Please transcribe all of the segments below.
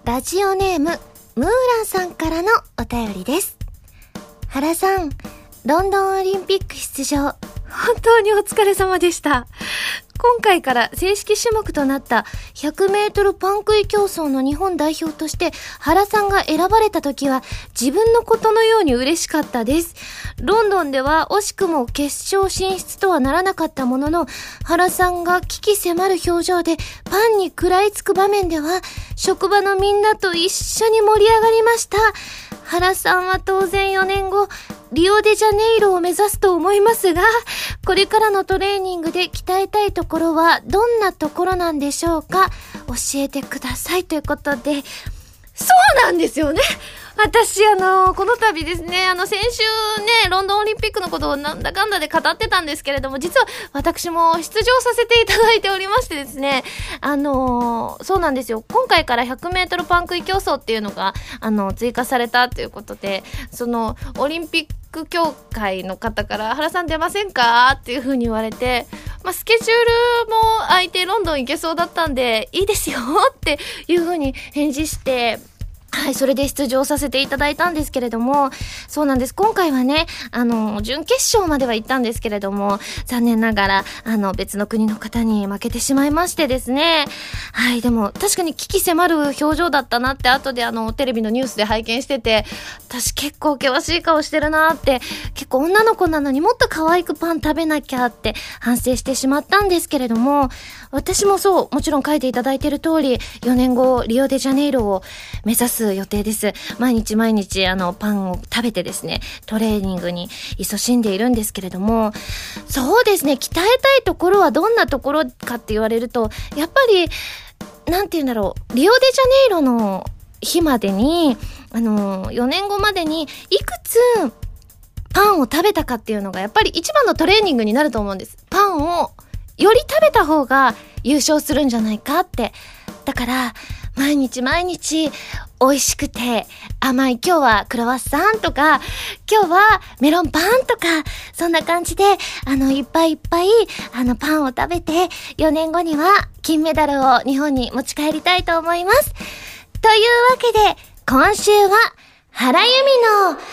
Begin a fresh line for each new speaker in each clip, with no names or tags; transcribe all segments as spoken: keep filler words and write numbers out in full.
ラジオネームムーランさんからのお便りです。原さん、ロンドンオリンピック出場本当にお疲れ様でした。今回から正式種目となったひゃくメートルパン食い競争の日本代表として原さんが選ばれた時は自分のことのように嬉しかったです。ロンドンでは惜しくも決勝進出とはならなかったものの、原さんが危機迫る表情でパンに食らいつく場面では職場のみんなと一緒に盛り上がりました。原さんは当然よねんごリオデジャネイロを目指すと思いますが、これからのトレーニングで鍛えたいところはどんなところなんでしょうか、教えてくださいということで。そうなんですよね。私あのこの度ですね、あの先週ねロンドンオリンピックのことをなんだかんだで語ってたんですけれども、実は私も出場させていただいておりましてですね、あのそうなんですよ、今回からひゃくメートルパン食い競争っていうのがあの追加されたということで、そのオリンピック協会の方から原さん出ませんかっていう風に言われて、まあ、スケジュールも空いてロンドン行けそうだったんでいいですよっていう風に返事して、はい、それで出場させていただいたんですけれども、そうなんです。今回はね、あの、準決勝までは行ったんですけれども、残念ながら、あの、別の国の方に負けてしまいましてですね。はい、でも、確かに危機迫る表情だったなって、後であの、テレビのニュースで拝見してて、私結構険しい顔してるなって、結構女の子なのにもっと可愛くパン食べなきゃって反省してしまったんですけれども、私もそう、もちろん書いていただいている通り、よねんご、リオデジャネイロを目指す予定です。毎日毎日あのパンを食べてですね、トレーニングに勤しんでいるんですけれども、そうですね、鍛えたいところはどんなところかって言われると、やっぱりなんて言うんだろう、リオデジャネイロの日までにあのよねんごまでにいくつパンを食べたかっていうのがやっぱり一番のトレーニングになると思うんです。パンをより食べた方が優勝するんじゃないかって。だから毎日毎日美味しくて甘い、今日はクロワッサンとか、今日はメロンパンとか、そんな感じであのいっぱいいっぱいあのパンを食べて、よねんごには金メダルを日本に持ち帰りたいと思います。というわけで今週は原由美のパン食い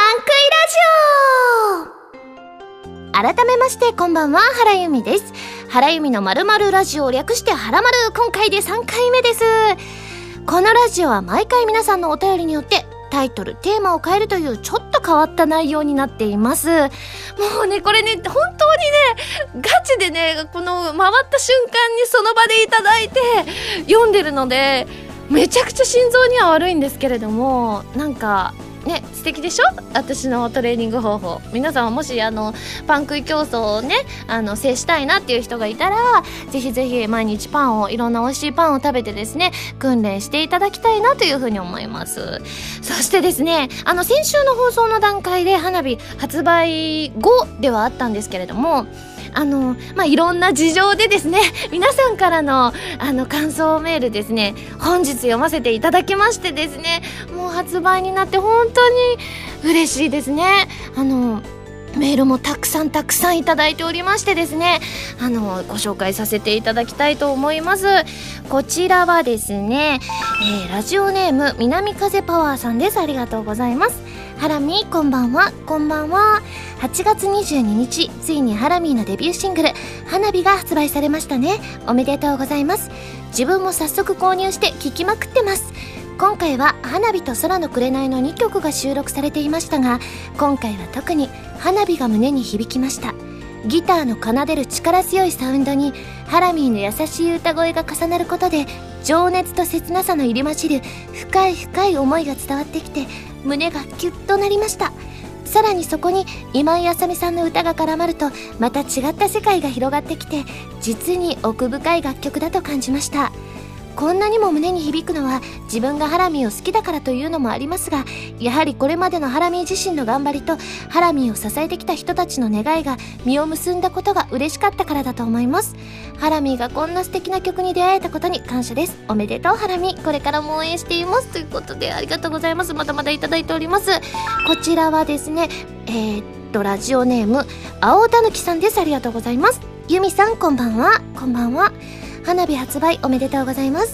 ラジオ。改めましてこんばんは、原由美です。原由美の〇〇ラジオを略して原丸、今回でさんかいめです。このラジオは毎回皆さんのお便りによってタイトル、テーマを変えるというちょっと変わった内容になっています。もうね、これね、本当にね、ガチでね、この回った瞬間にその場でいただいて読んでるので、めちゃくちゃ心臓には悪いんですけれども、なんかね、素敵でしょ、私のトレーニング方法。皆さんもしあのパン食い競争をね、あの制したいなっていう人がいたら、ぜひぜひ毎日パンを、いろんな美味しいパンを食べてですね、訓練していただきたいなというふうに思います。そしてですね、あの先週の放送の段階で花火発売後ではあったんですけれども、あの、まあ、いろんな事情でですね、皆さんからのあの感想メールですね、本日読ませていただきましてですね、もう発売になって本当に嬉しいですね。あのメールもたくさんたくさんいただいておりましてですね、あのご紹介させていただきたいと思います。こちらはですね、えー、ラジオネーム南風パワーさんです。ありがとうございます。ハラミーこんばんは。こんばんは。はちがつにじゅうににち、ついにハラミーのデビューシングル花火が発売されましたね。おめでとうございます。自分も早速購入して聴きまくってます。今回は花火と空の紅のにきょくが収録されていましたが、今回は特に花火が胸に響きました。ギターの奏でる力強いサウンドにハラミーの優しい歌声が重なることで、情熱と切なさの入り混じる深い深い思いが伝わってきて、胸がキュッとなりました。さらにそこに今井あさみさんの歌が絡まると、また違った世界が広がってきて、実に奥深い楽曲だと感じました。こんなにも胸に響くのは自分がハラミーを好きだからというのもありますが、やはりこれまでのハラミー自身の頑張りとハラミーを支えてきた人たちの願いが実を結んだことが嬉しかったからだと思います。ハラミーがこんな素敵な曲に出会えたことに感謝です。おめでとうハラミー、これからも応援しています。ということでありがとうございます。まだまだいただいております。こちらはですね、えー、っとラジオネーム青たぬきさんです。ありがとうございます。ゆみさんこんばんは。こんばんは。花火発売おめでとうございます。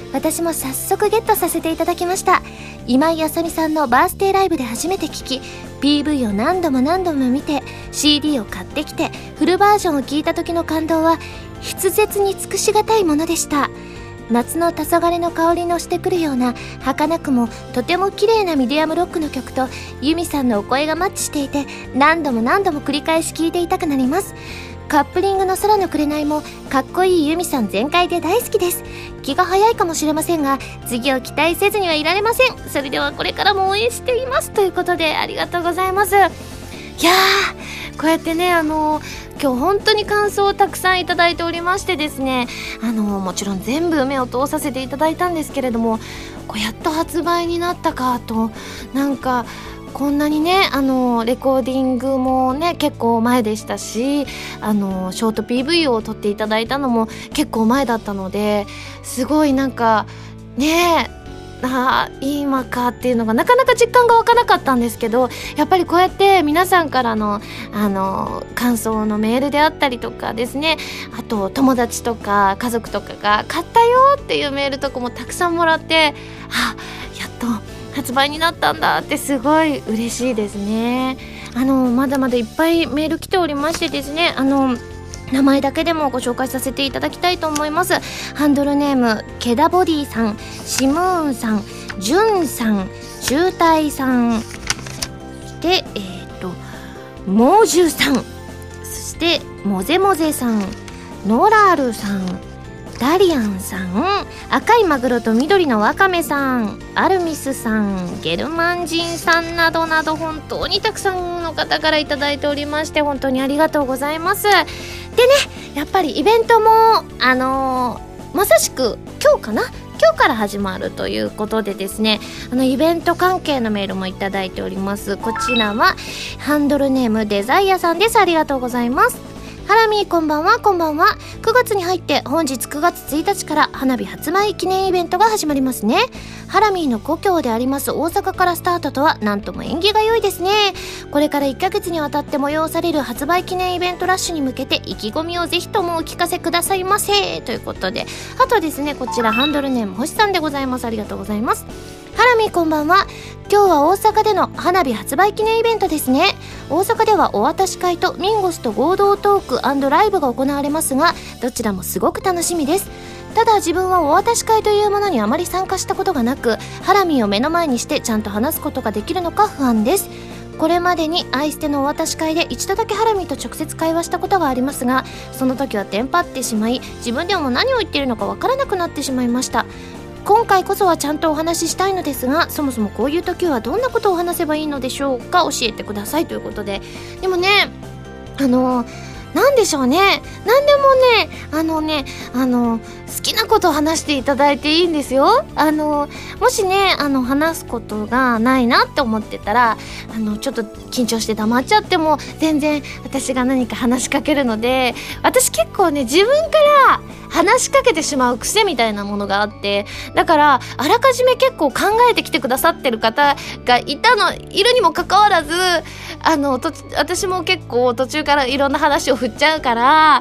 私も早速ゲットさせていただきました。今井あさみさんのバースデーライブで初めて聴き、 ピーブイ を何度も何度も見て シーディー を買ってきてフルバージョンを聴いた時の感動は筆舌に尽くしがたいものでした。夏の黄昏の香りのしてくるような儚くもとても綺麗なミディアムロックの曲とユミさんのお声がマッチしていて、何度も何度も繰り返し聴いていたくなります。カップリングの空の紅もかっこいいユミさん全開で大好きです。気が早いかもしれませんが次を期待せずにはいられません。それではこれからも応援していますということで、ありがとうございます。いやー、こうやってね、あのー今日本当に感想をたくさんいただいておりましてですね、あのもちろん全部目を通させていただいたんですけれども、こうやっと発売になったかと、なんかこんなにね、あのレコーディングもね結構前でしたし、あのショート ピーブイ を撮っていただいたのも結構前だったので、すごいなんかねえ、あ今かっていうのがなかなか実感が湧かなかったんですけど、やっぱりこうやって皆さんからのあの感想のメールであったりとかですね、あと友達とか家族とかが買ったよっていうメールとかもたくさんもらって、あ、やっと発売になったんだってすごい嬉しいですね。あのまだまだいっぱいメール来ておりましてですね、あの名前だけでもご紹介させていただきたいと思います。ハンドルネームケダボディさん、シムーンさん、ジュンさん、中隊さん、そしてえっ、ー、とモージュさん、そしてモゼモゼさん、ノラールさん、ダリアンさん、赤いマグロと緑のワカメさん、アルミスさん、ゲルマン人さんなどなど本当にたくさんの方からいただいておりまして、本当にありがとうございます。でね、やっぱりイベントもあのー、まさしく今日かな今日から始まるということでですね、あのイベント関係のメールもいただいております。こちらはハンドルネームデザイアさんです。ありがとうございます。ハラミー、こんばんは。こんばんは。くがつに入って本日くがつついたちから花火発売記念イベントが始まりますね。ハラミーの故郷であります大阪からスタートとはなんとも縁起が良いですね。これからいっかげつにわたって催される発売記念イベントラッシュに向けて意気込みをぜひともお聞かせくださいませということで、あとですね、こちらハンドルネーム星さんでございます。ありがとうございます。ハラミー、こんばんは。今日は大阪での花火発売記念イベントですね。大阪ではお渡し会とミンゴスと合同トーク&ライブが行われますが、どちらもすごく楽しみです。ただ自分はお渡し会というものにあまり参加したことがなく、ハラミーを目の前にしてちゃんと話すことができるのか不安です。これまでにアイステのお渡し会で一度だけハラミーと直接会話したことがありますが、その時はテンパってしまい、自分でも何を言っているのかわからなくなってしまいました。今回こそはちゃんとお話ししたいのですが、そもそもこういう時はどんなことを話せばいいのでしょうか、教えてくださいということで。でもね、あのなんでしょうね、なんでもね、あのね、あの好きなことを話していただいていいんですよ。あのもしね、あの話すことがないなって思ってたら、あのちょっと緊張して黙っちゃっても全然私が何か話しかけるので、私結構ね、自分から話しかけてしまう癖みたいなものがあって、だからあらかじめ結構考えてきてくださってる方がいたのいるにもかかわらず、あのと私も結構途中からいろんな話を振っちゃうから、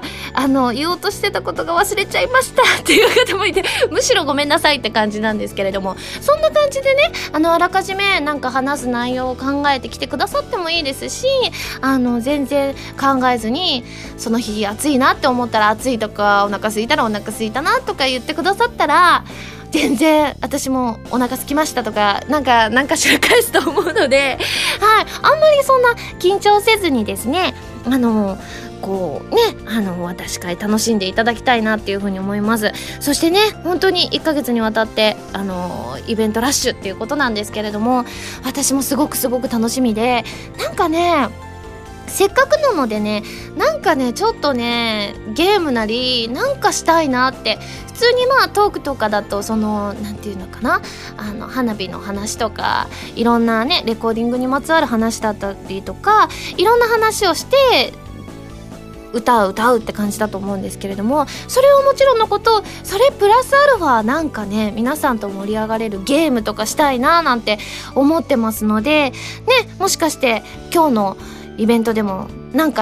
あの言おうとしてたことが忘れちゃいましたっていう方もいて、むしろごめんなさいって感じなんですけれども、そんな感じでね、あのあらかじめなんか話す内容を考えてきてくださってもいいですし、あの全然考えずに、その日暑いなって思ったら暑いとか、お腹空いたらお腹空いたなとか言ってくださったら、全然私もお腹空きましたとか、なんか何かしら返すと思うので、はい、あんまりそんな緊張せずにですね、あのこうね、あの私会楽しんでいただきたいなっていうふうに思います。そしてね、本当にいっかげつにわたってあのイベントラッシュっていうことなんですけれども、私もすごくすごく楽しみで、なんかね、せっかくなのでね、なんかね、ちょっとね、ゲームなりなんかしたいなって。普通にまあトークとかだと、そのなんていうのかな、あの花火の話とか、いろんなねレコーディングにまつわる話だったりとか、いろんな話をして歌う歌うって感じだと思うんですけれども、それはもちろんのこと、それプラスアルファなんかね、皆さんと盛り上がれるゲームとかしたいななんて思ってますのでね、もしかして今日のイベントでもなんかね、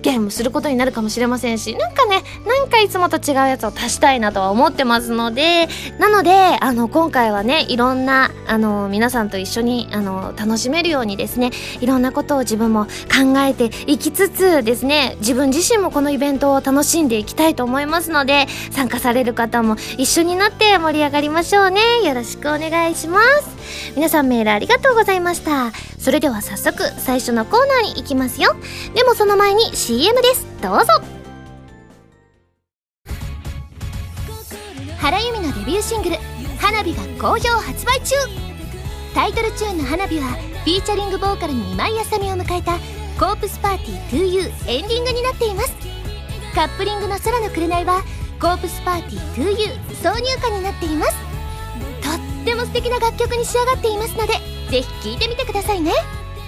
ゲームすることになるかもしれませんし、なんかね、なんかいつもと違うやつを足したいなとは思ってますので、なのであの今回はね、いろんなあの皆さんと一緒にあの楽しめるようにですね、いろんなことを自分も考えていきつつですね、自分自身もこのイベントを楽しんでいきたいと思いますので、参加される方も一緒になって盛り上がりましょうね。よろしくお願いします。皆さんメールありがとうございました。それでは早速最初のコーナーに行きますよ。でもその前に シーエム です。どうぞ。原由美のデビューシングル「花火」が好評発売中。タイトルチューンの「花火」はフィーチャリングボーカルに今井あさみを迎えた「コープスパーティー トゥーユー」エンディングになっています。カップリングの「空の紅」は「コープスパーティー トゥーユー」挿入歌になっています。とっても素敵な楽曲に仕上がっていますので、ぜひ聴いてみてくださいね。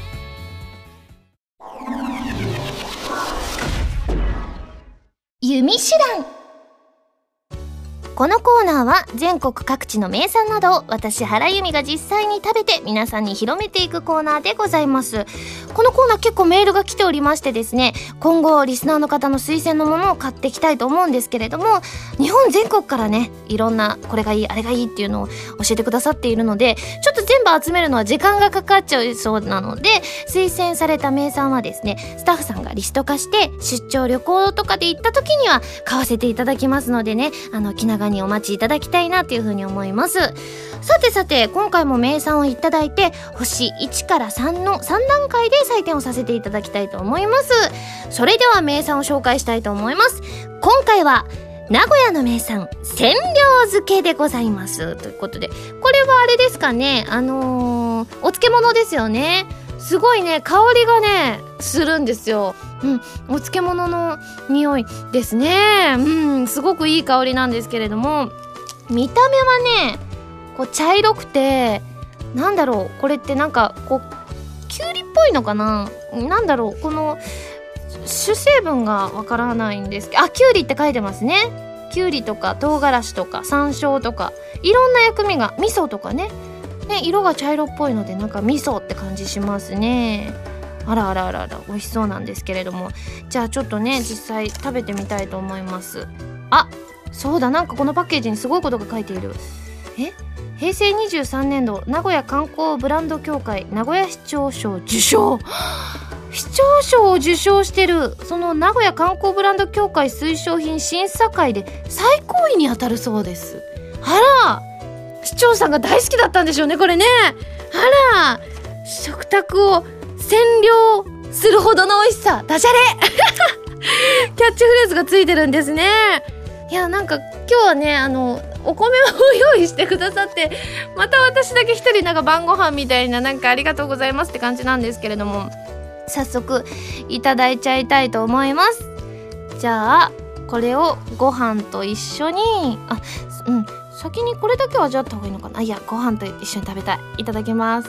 弓手段。このコーナーは全国各地の名産などを私原由美が実際に食べて皆さんに広めていくコーナーでございます。このコーナー結構メールが来ておりましてですね、今後リスナーの方の推薦のものを買っていきたいと思うんですけれども、日本全国からね、いろんなこれがいいあれがいいっていうのを教えてくださっているので、ちょっと全部集めるのは時間がかかっちゃいそうなので、推薦された名産はですね、スタッフさんがリスト化して出張旅行とかで行った時には買わせていただきますのでね、あの気長にお待ちいただきたいなというふうに思います。さてさて、今回も名産をいただいて星いちからさんのさん段階で採点をさせていただきたいと思います。それでは名産を紹介したいと思います。今回は名古屋の名産千両漬けでございますということで、これはあれですかね、あのー、お漬物ですよね。すごいね、香りがねするんですよ。うん、お漬物の匂いですね。うん、すごくいい香りなんですけれども、見た目はねこう茶色くて、なんだろう、これってなんかこうきゅうりっぽいのかな、なんだろう、この主成分がわからないんですけど、あ、きゅうりって書いてますね。きゅうりとか唐辛子とか山椒とかいろんな薬味が、味噌とかね、ね、色が茶色っぽいのでなんか味噌って感じしますね。あらあらあらあら、美味しそうなんですけれども、じゃあちょっとね実際食べてみたいと思います。あ、そうだ、なんかこのパッケージにすごいことが書いている。え、平成にじゅうさんねんど名古屋観光ブランド協会名古屋市長賞受賞市長賞を受賞してる、その名古屋観光ブランド協会推奨品審査会で最高位に当たるそうです。あら、市長さんが大好きだったんでしょうね、これね。あら、食卓を占領するほどの美味しさ、ダジャレキャッチフレーズがついてるんですね。いや、なんか今日はね、あのお米を用意してくださって、また私だけ一人なんか晩ご飯みたいな、なんかありがとうございますって感じなんですけれども、早速いただいちゃいたいと思います。じゃあこれをご飯と一緒に、あ、うん、先にこれだけは味わった方がいいのかな。いや、ご飯と一緒に食べたい。いただきます。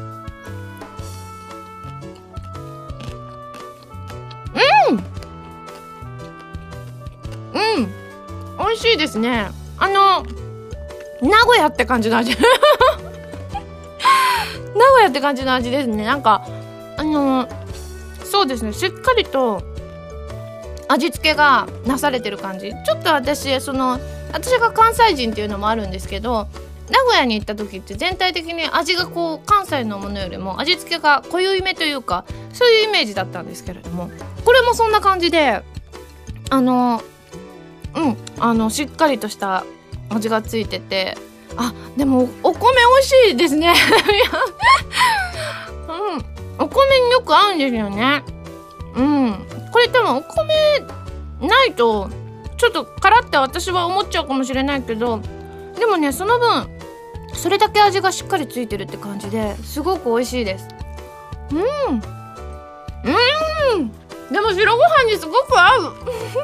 うんうん美味しいですね。あの名古屋って感じの味名古屋って感じの味ですね。なんかあのそうですね、しっかりと味付けがなされてる感じ。ちょっと私その私が関西人っていうのもあるんですけど、名古屋に行った時って全体的に味がこう関西のものよりも味付けが濃ゆいめというか、そういうイメージだったんですけれども、これもそんな感じで、あのうんあのしっかりとした味がついてて、あ、でもお米美味しいですねうん、お米によく合うんですよね。うん、これ多分お米ないとちょっと辛って私は思っちゃうかもしれないけど、でもね、その分それだけ味がしっかりついてるって感じですごく美味しいです。うんうんでも白ご飯にすごく合う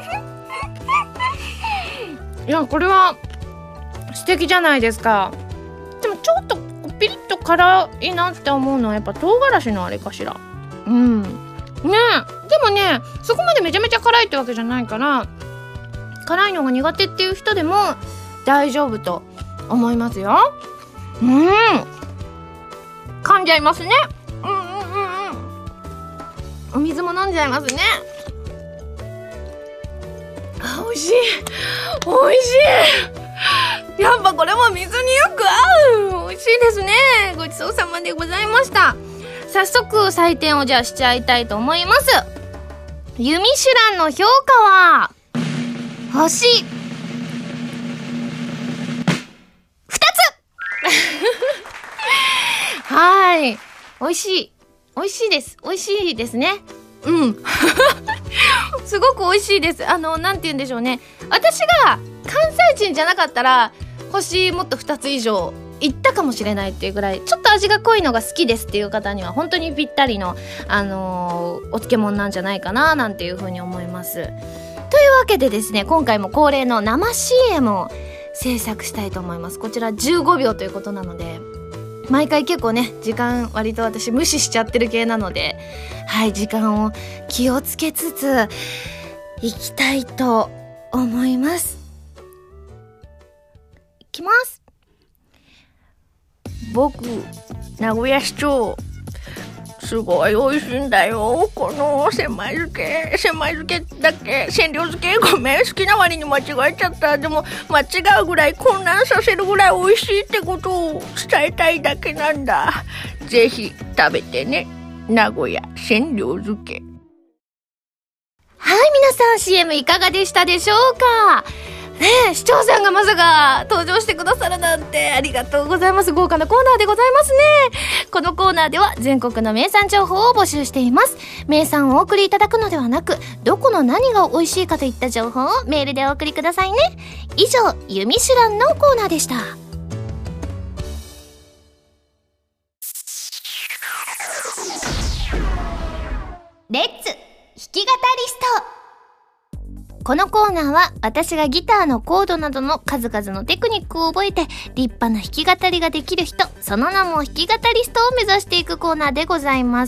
いや、これは素敵じゃないですか。でもちょっとピリッと辛いなって思うのはやっぱ唐辛子のあれかしら。うんねえ、でもね、そこまでめちゃめちゃ辛いってわけじゃないから、辛いのが苦手っていう人でも大丈夫と思いますよ。うん噛んじゃいますね。うんうんうんうんお水も飲んじゃいますね。 美味しい美味しい。やっぱこれも水によく合う。美味しいですね。ごちそうさまでございました。早速採点をじゃあしちゃいたいと思います。ユミシュランの評価は星ふたつはい、美味しい美味しいです美味しいですね。うんすごく美味しいです。あのなんて言うんでしょうね、私が関西人じゃなかったら星もっとふたつ以上いったかもしれないっていうぐらい、ちょっと味が濃いのが好きですっていう方には本当にぴったりの、あのー、お漬物なんじゃないかななんていうふうに思います。というわけでですね、今回も恒例の生 シーエム を制作したいと思います。こちらじゅうごびょうということなので、毎回結構ね時間割と私無視しちゃってる系なので、はい時間を気をつけつついきたいと思います。いきます。僕名古屋市長すごい美味しいんだよこの千枚漬け。千枚漬けだっけ、千両漬け、ごめん好きな割に間違えちゃった。でも間違うぐらい混乱させるぐらい美味しいってことを伝えたいだけなんだ。ぜひ食べてね、名古屋千両漬け。はい、皆さん シーエム いかがでしたでしょうかね。え市長さんがまさか登場してくださるなんてありがとうございます。豪華なコーナーでございますね。このコーナーでは全国の名産情報を募集しています。名産をお送りいただくのではなく、どこの何が美味しいかといった情報をメールでお送りくださいね。以上、ユミシュランのコーナーでした。レッツ弾き語りスト。このコーナーは私がギターのコードなどの数々のテクニックを覚えて立派な弾き語りができる人、その名も弾き語りストを目指していくコーナーでございます。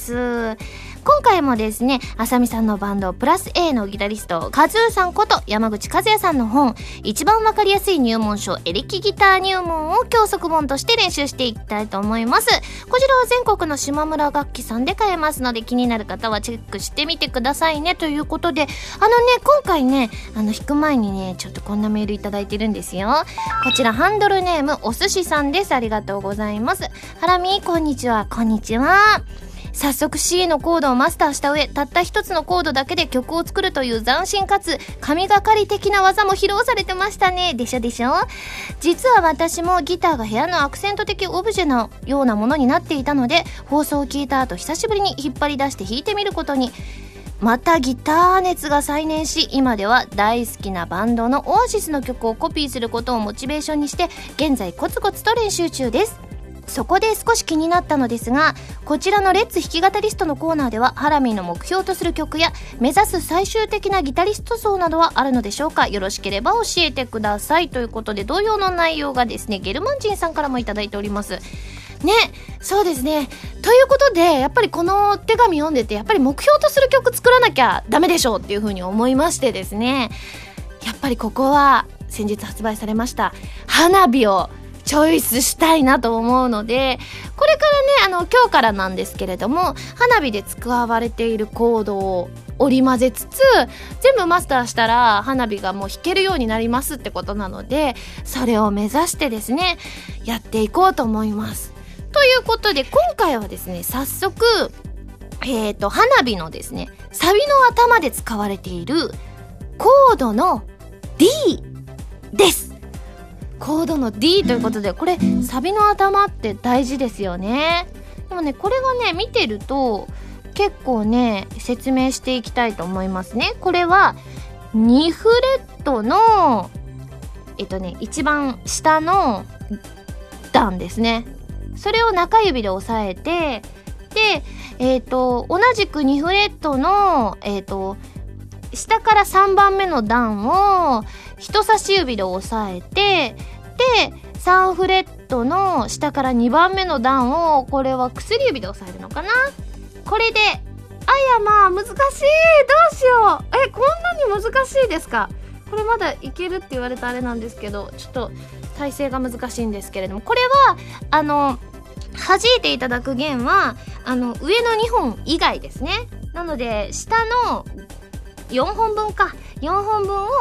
今回もですね、あさみさんのバンドプラス A のギタリストカズーさんこと山口和也さんの本、一番わかりやすい入門書エレキギター入門を教則本として練習していきたいと思います。こちらは全国の島村楽器さんで買えますので、気になる方はチェックしてみてくださいね。ということで、あのね今回ねあの弾く前にねちょっとこんなメールいただいてるんですよ。こちらハンドルネームお寿司さんです。ありがとうございます。ハラミこんにちは。こんにちは。早速 C のコードをマスターした上、たった一つのコードだけで曲を作るという斬新かつ神がかり的な技も披露されてましたね。でしょでしょ。実は私もギターが部屋のアクセント的オブジェのようなものになっていたので、放送を聞いた後久しぶりに引っ張り出して弾いてみることに、またギター熱が再燃し、今では大好きなバンドのオアシスの曲をコピーすることをモチベーションにして、現在コツコツと練習中です。そこで少し気になったのですが、こちらのレッツ弾き語リストのコーナーではハラミーの目標とする曲や目指す最終的なギタリスト像などはあるのでしょうか。よろしければ教えてください。ということで、同様の内容がですねゲルマン人さんからもいただいておりますね。そうですね。ということで、やっぱりこの手紙読んでて、やっぱり目標とする曲作らなきゃダメでしょうっていう風に思いましてですね、やっぱりここは先日発売されました花火をチョイスしたいなと思うので、これからねあの今日からなんですけれども、花火で使われているコードを織り交ぜつつ全部マスターしたら花火がもう弾けるようになりますってことなので、それを目指してですねやっていこうと思います。ということで今回はですね、早速えーと花火のですねサビの頭で使われているコードの D です。コードの D ということで、これサビの頭って大事ですよね。でもねこれがね見てると結構ね説明していきたいと思いますね。これはにフレットのえっとね一番下の段ですね。それを中指で押さえて、でえっと同じくにフレットのえっと下からさんばんめの段を人差し指で押さえて、でさんフレットの下からにばんめの段を、これは薬指で押さえるのかな。これであやまあ難しい、どうしよう、えこんなに難しいですか。これまだいけるって言われたあれなんですけど、ちょっと体勢が難しいんですけれども、これはあの弾いていただく弦はあの上のにほん以外ですね。なので下のよんほんぶんかよんほんぶんを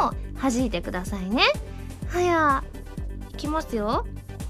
弾いてくださいね。はやいきますよ。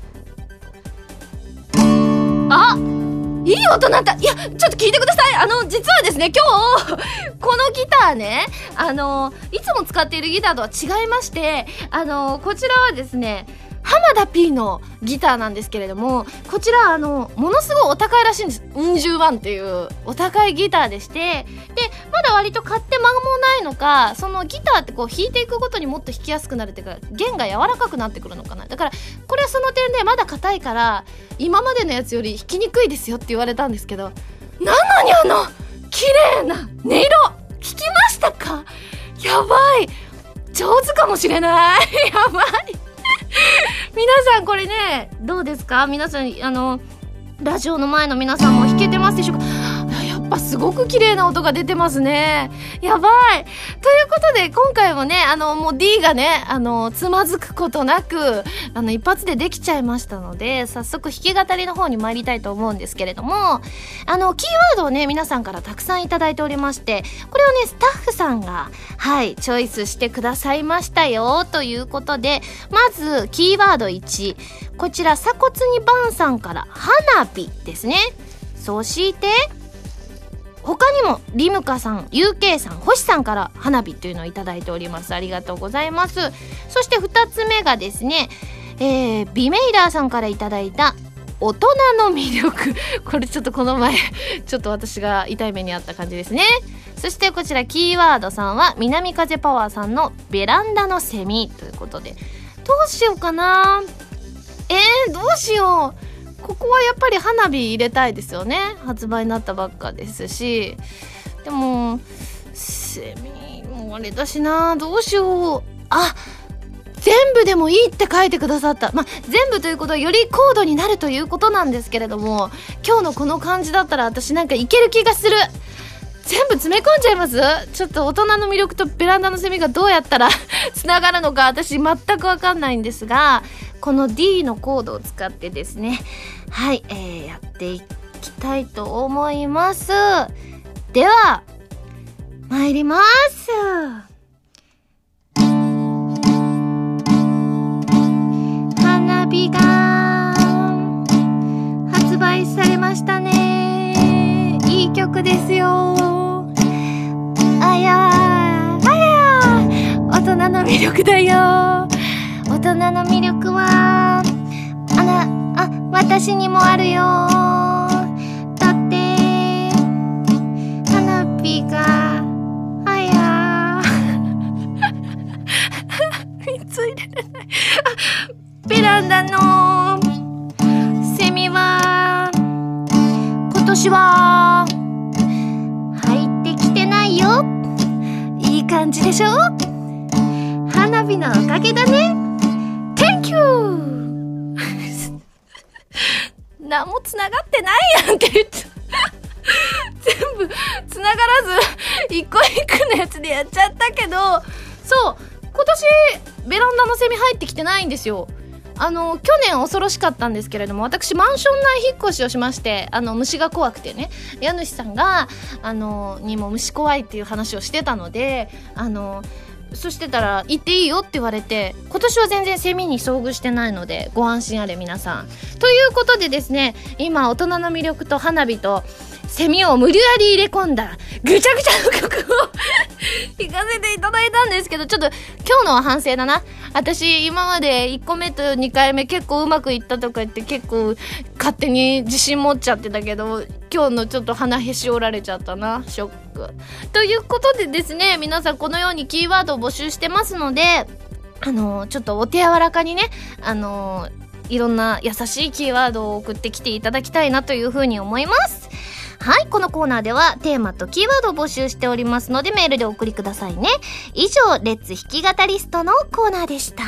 あ、いい音鳴った。いや、ちょっと聞いてください。あの、実はですね、今日、このギターね、あの、いつも使っているギターとは違いまして、あの、こちらはですね、浜田 P のギターなんですけれども、こちら、あの、ものすごいお高いらしいんです。うん十万っていうお高いギターでして、で、まだ割と買って間もないのか、そのギターってこう弾いていくごとにもっと弾きやすくなるっていうか、弦が柔らかくなってくるのかな。だから、これはその点でまだ硬いから、今までのやつより弾きにくいですよって言われたんですけど、なのにあの、綺麗な音色、聞きましたか？やばい。上手かもしれない。やばい。皆さんこれね、どうですか？皆さん、あのラジオの前の皆さんも弾けてますでしょうか？やっぱすごく綺麗な音が出てますね。やばい。ということで今回もね、あのもう D がね、あのつまずくことなく、あの一発でできちゃいましたので、早速弾き語りの方に参りたいと思うんですけれども、あのキーワードをね、皆さんからたくさんいただいておりまして、これをねスタッフさんがはいチョイスしてくださいましたよということで、まずキーワードいち、こちら鎖骨にバンさんから花火ですね。そして他にもリムカさん、ユーケー さん、星さんから花火っていうのをいただいております。ありがとうございます。そしてふたつめがですね、えー、ビメイラーさんからいただいた大人の魅力。これちょっとこの前ちょっと私が痛い目にあった感じですね。そしてこちらキーワードさんは南風パワーさんのベランダのセミということで、どうしようかな。えー、どうしよう。ここはやっぱり花火入れたいですよね。発売になったばっかですし、でもセミもあれだしな、どうしよう。あ、全部でもいいって書いてくださった。まあ、全部ということはより高度になるということなんですけれども、今日のこの感じだったら私なんかいける気がする。全部詰め込んじゃいます？ちょっと大人の魅力とベランダのセミがどうやったらつながるのか私全くわかんないんですが、この D のコードを使ってですね、はい、えー、やっていきたいと思います。では参ります。花火が発売されましたね。いい曲ですよ。あやーあやー、大人の魅力だよ。大人の魅力はあら、あ、私にもあるよ。だって花火があやーみついれれない。あ、ベランダのセミは今年は入ってきてないよ。いい感じでしょ。花火のおかげだね。Thank you 何もつながってないやんって言って全部つながらず一個一個のやつでやっちゃったけど、そう今年ベランダのセミ入ってきてないんですよ。あの去年恐ろしかったんですけれども、私マンション内引っ越しをしまして、あの虫が怖くてね、家主さんがあのにも虫怖いっていう話をしてたので、あのそしてたら行っていいよって言われて、今年は全然セミに遭遇してないのでご安心あれ皆さん。ということでですね、今大人の魅力と花火とセミを無理やり入れ込んだぐちゃぐちゃの曲を弾かせていただいたんですけど、ちょっと今日のは反省だな。私今までいっこめとにかいめ結構うまくいったとか言って結構勝手に自信持っちゃってたけど、今日のちょっと鼻へし折られちゃったな。ショック。ということでですね、皆さんこのようにキーワードを募集してますので、あのー、ちょっとお手柔らかにね、あのー、いろんな優しいキーワードを送ってきていただきたいなというふうに思います。はい、このコーナーではテーマとキーワードを募集しておりますので、メールでお送りくださいね。以上、レッツ弾き語りストのコーナーでした。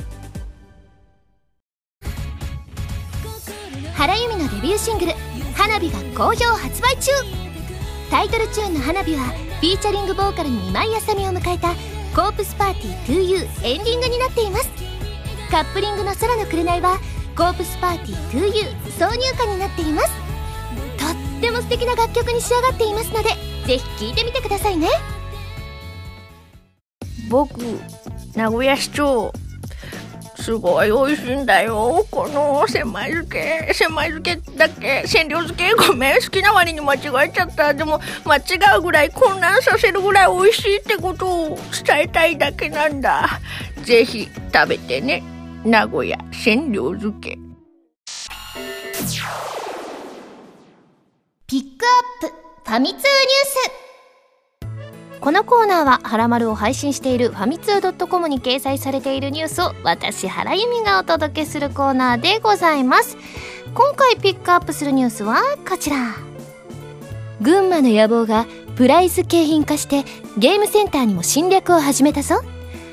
原由美のデビューシングル「花火」が好評発売中。タイトルチューンの「花火」はフィーチャリングボーカルに今井あさみを迎えた「コープスパーティー トゥーユー」エンディングになっています。カップリングの「空の紅」はコープスパーティー トゥーユー 挿入歌になっています。とっても素敵な楽曲に仕上がっていますので、ぜひ聴いてみてくださいね。僕
名古屋市長、すごい美味しいんだよ、この千枚漬け。千枚漬けだっけ、千両漬け、ごめん、好きな割に間違えちゃった。でも間違うぐらい、混乱させるぐらい美味しいってことを伝えたいだけなんだ。ぜひ食べてね、名古屋千両漬け。
ピックアップファミ通ニュース。このコーナーははらまるを配信しているファミツー .com に掲載されているニュースを私原由美がお届けするコーナーでございます。今回ピックアップするニュースはこちら。群馬の野望がプライズ景品化してゲームセンターにも侵略を始めたぞ。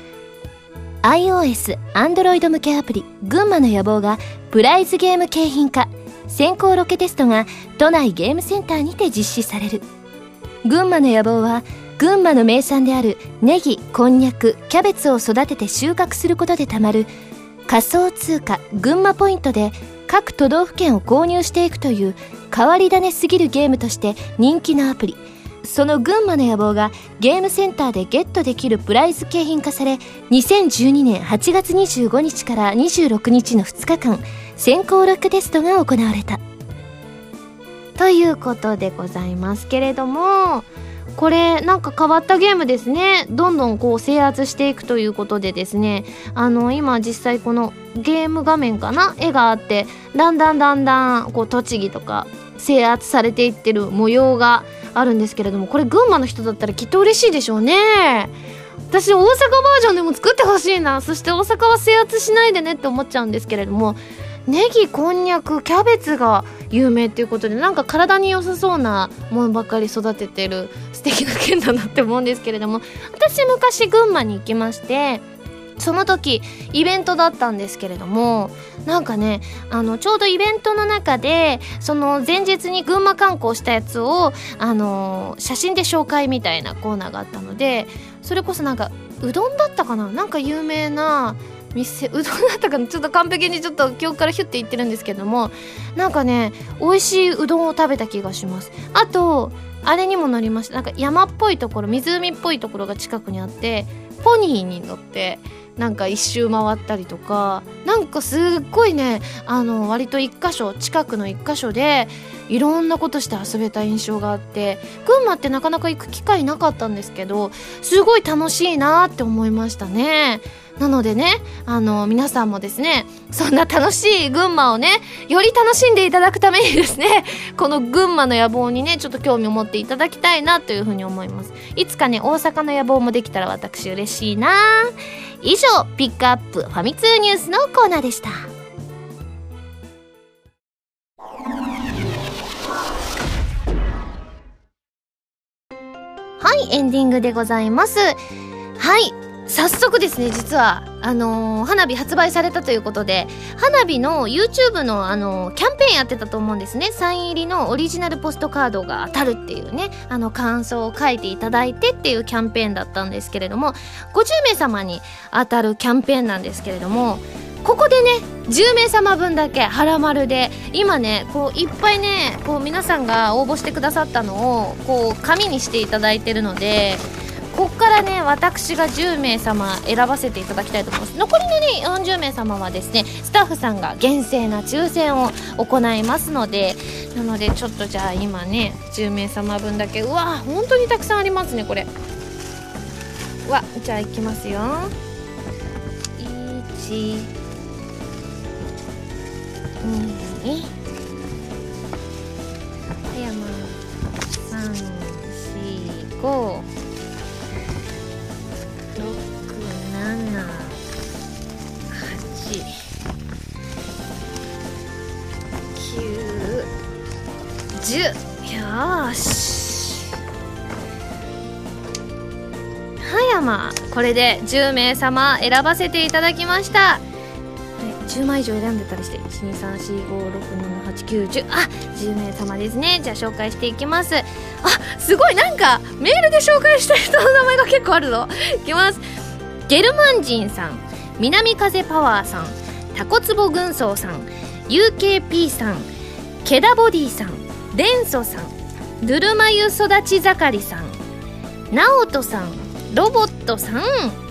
iOS、Android 向けアプリ群馬の野望がプライズゲーム景品化、先行ロケテストが都内ゲームセンターにて実施される。群馬の野望は群馬の名産であるネギ、こんにゃく、キャベツを育てて収穫することでたまる仮想通貨群馬ポイントで各都道府県を購入していくという変わり種すぎるゲームとして人気のアプリ。その群馬の野望がゲームセンターでゲットできるプライズ景品化され、にせんじゅうにねんはちがつにじゅうごにちからにじゅうろくにちのふつかかん先行ロックテストが行われたということでございますけれども、これなんか変わったゲームですね。どんどんこう制圧していくということでですね、あの今実際このゲーム画面かな、絵があって、だんだんだんだんこう栃木とか制圧されていってる模様があるんですけれども、これ群馬の人だったらきっと嬉しいでしょうね。私大阪バージョンでも作ってほしいな。そして大阪は制圧しないでねって思っちゃうんですけれども、ネギ、こんにゃく、キャベツが有名っていうことで、なんか体に良さそうなものばっかり育ててる素敵な県だなって思うんですけれども、私昔群馬に行きまして、その時イベントだったんですけれども、なんかね、あのちょうどイベントの中でその前日に群馬観光したやつをあの写真で紹介みたいなコーナーがあったので、それこそなんかうどんだったかな、なんか有名な店、うどんだったかな、ちょっと完璧にちょっと記憶からヒュッて言ってるんですけども、なんかね美味しいうどんを食べた気がします。あとあれにも乗りました。なんか山っぽいところ、湖っぽいところが近くにあって、ポニーに乗ってなんか一周回ったりとか、なんかすっごいね、あの割と一箇所、近くの一箇所でいろんなことして遊べた印象があって、群馬ってなかなか行く機会なかったんですけど、すごい楽しいなって思いましたね。なのでね、あの皆さんもですね、そんな楽しい群馬をねより楽しんでいただくためにですね、この群馬の野望にねちょっと興味を持っていただきたいなというふうに思います。いつかね大阪の野望もできたら私嬉しいな。以上、ピックアップファミ通ニュースのコーナーでした。はい、エンディングでございます。はい、早速ですね、実はあのー、花火発売されたということで、花火の YouTube の、あのー、キャンペーンやってたと思うんですね。サイン入りのオリジナルポストカードが当たるっていうね、あの感想を書いていただいてっていうキャンペーンだったんですけれども、ごじゅうめいさまに当たるキャンペーンなんですけれども、ここでねじゅうめいさまぶんだけはらまるで今ねこういっぱいねこう皆さんが応募してくださったのをこう紙にしていただいてるので、こっからね私がじゅうめいさま選ばせていただきたいと思います。残りのねよんじゅうめいさまはですね、スタッフさんが厳正な抽選を行いますので、なのでちょっとじゃあ今ねじゅうめいさまぶんだけ、うわ本当にたくさんありますねこれ。うわ、じゃあいきますよ。いちに葉山さんしごろくななはちきゅうじゅう。よーし、葉山、これでじゅうめいさま選ばせていただきました。じゅうまい以上選んでたりして、いちにさんしごろくななはちきゅうじゅう、あ、じゅうめいさまですね。じゃあ紹介していきます。あ、すごい、なんかメールで紹介した人の名前が結構あるぞ。いきます。ゲルマンジンさん、南風パワーさん、タコツボ軍曹さん、 ユーケーピー さん、ケダボディさん、レンソさん、ドゥルマユ育ち盛りさん、ナオトさん、ロボットさん、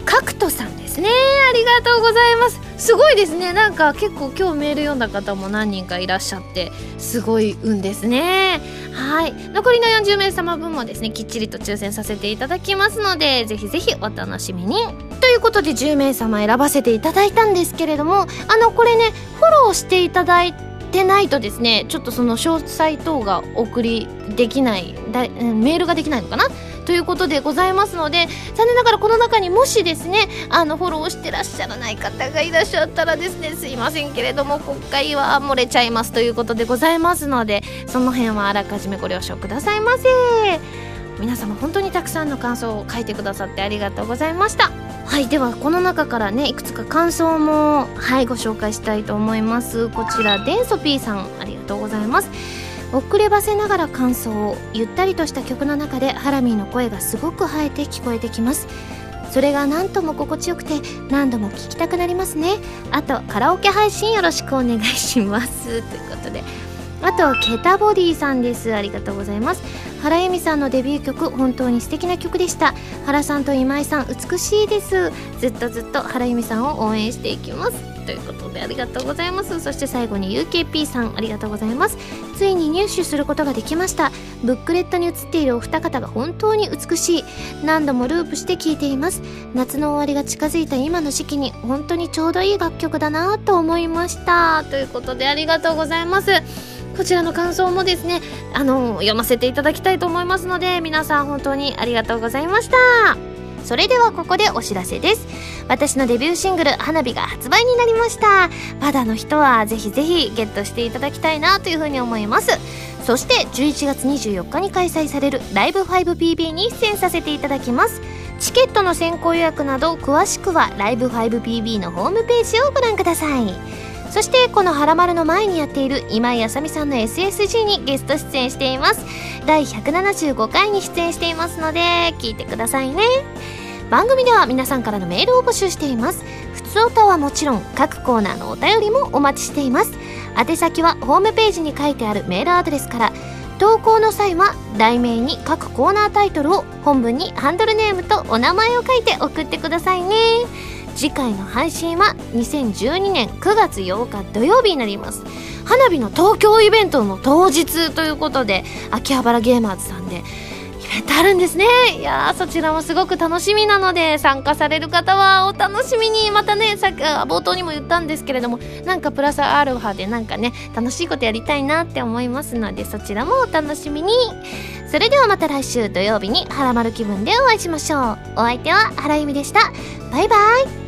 カクトさんですね。ありがとうございます。すごいですね。なんか結構今日メール読んだ方も何人かいらっしゃってすごい運ですね。はい、残りのよんじゅうめいさま分もですねきっちりと抽選させていただきますので、ぜひぜひお楽しみに。ということでじゅうめいさま選ばせていただいたんですけれども、あのこれねフォローしていただいてないとですね、ちょっとその詳細等が送りできないだメールができないのかなということでございますので、残念ながらこの中にもしですねあのフォローしてらっしゃらない方がいらっしゃったらですね、すいませんけれども今回は漏れちゃいますということでございますので、その辺はあらかじめご了承くださいませ。皆様本当にたくさんの感想を書いてくださってありがとうございました。はい、ではこの中からねいくつか感想もはいご紹介したいと思います。こちらデンソピーさん、ありがとうございます。遅ればせながら感想を、ゆったりとした曲の中でハラミーの声がすごく生えて聞こえてきます。それが何とも心地よくて何度も聴きたくなりますね。あとカラオケ配信よろしくお願いしますということで、あとケタボディさんです。ありがとうございます。原由美さんのデビュー曲本当に素敵な曲でした。原さんと今井さん美しいです。ずっとずっと原由美さんを応援していきますということでありがとうございます。そして最後に ユーケーピー さん、ありがとうございます。ついに入手することができました。ブックレットに写っているお二方が本当に美しい。何度もループして聴いています。夏の終わりが近づいた今の時期に本当にちょうどいい楽曲だなと思いましたということでありがとうございます。こちらの感想もですねあの読ませていただきたいと思いますので、皆さん本当にありがとうございました。それではここでお知らせです。私のデビューシングル花火が発売になりました。まだの人はぜひぜひゲットしていただきたいなというふうに思います。そしてじゅういちがつにじゅうよっかに開催されるライブ ファイブピービー に出演させていただきます。チケットの先行予約など詳しくはライブ ファイブピービー のホームページをご覧ください。そしてこのハラマルの前にやっている今井あさみさんの エスエスジー にゲスト出演しています。だいひゃくななじゅうごかいに出演していますので聞いてくださいね。番組では皆さんからのメールを募集しています。ふつおたはもちろん各コーナーのお便りもお待ちしています。宛先はホームページに書いてあるメールアドレスから。投稿の際は題名に各コーナータイトルを、本文にハンドルネームとお名前を書いて送ってくださいね。次回の配信はにせんじゅうにねんくがつようか土曜日になります。花火の東京イベントの当日ということで、秋葉原ゲーマーズさんでイベントあるんですね。いやーそちらもすごく楽しみなので、参加される方はお楽しみに。またね、さっき冒頭にも言ったんですけれども、なんかプラスアルファでなんかね楽しいことやりたいなって思いますので、そちらもお楽しみに。それではまた来週土曜日にハラマル気分でお会いしましょう。お相手は原由美でした。バイバイ。